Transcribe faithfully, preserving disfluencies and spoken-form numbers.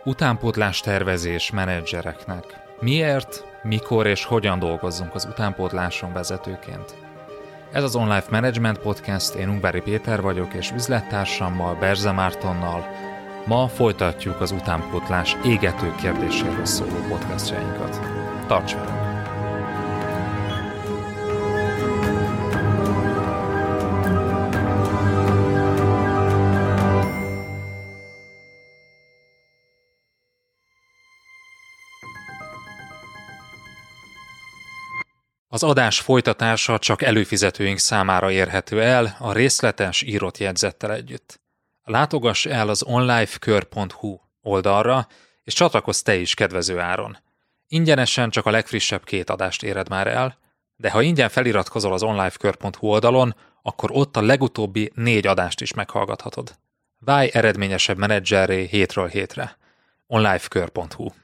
Utánpótlás tervezés menedzsereknek. Miért, mikor és hogyan dolgozzunk az utánpótláson vezetőként? Ez az Online Management Podcast, én Ungvári Péter vagyok, és üzlettársammal, Berze Mártonnal ma folytatjuk az utánpótlás égető kérdéséről szóló podcastjainkat. Tarts velünk! Az adás folytatása csak előfizetőink számára érhető el a részletes írott jegyzettel együtt. Látogass el az onlifekör pont hu oldalra, és csatlakozz te is kedvező áron. Ingyenesen csak a legfrissebb két adást éred már el, de ha ingyen feliratkozol az onlifekör pont hu oldalon, akkor ott a legutóbbi négy adást is meghallgathatod. Válj eredményesebb menedzserré hétről hétre. onlifekör pont hu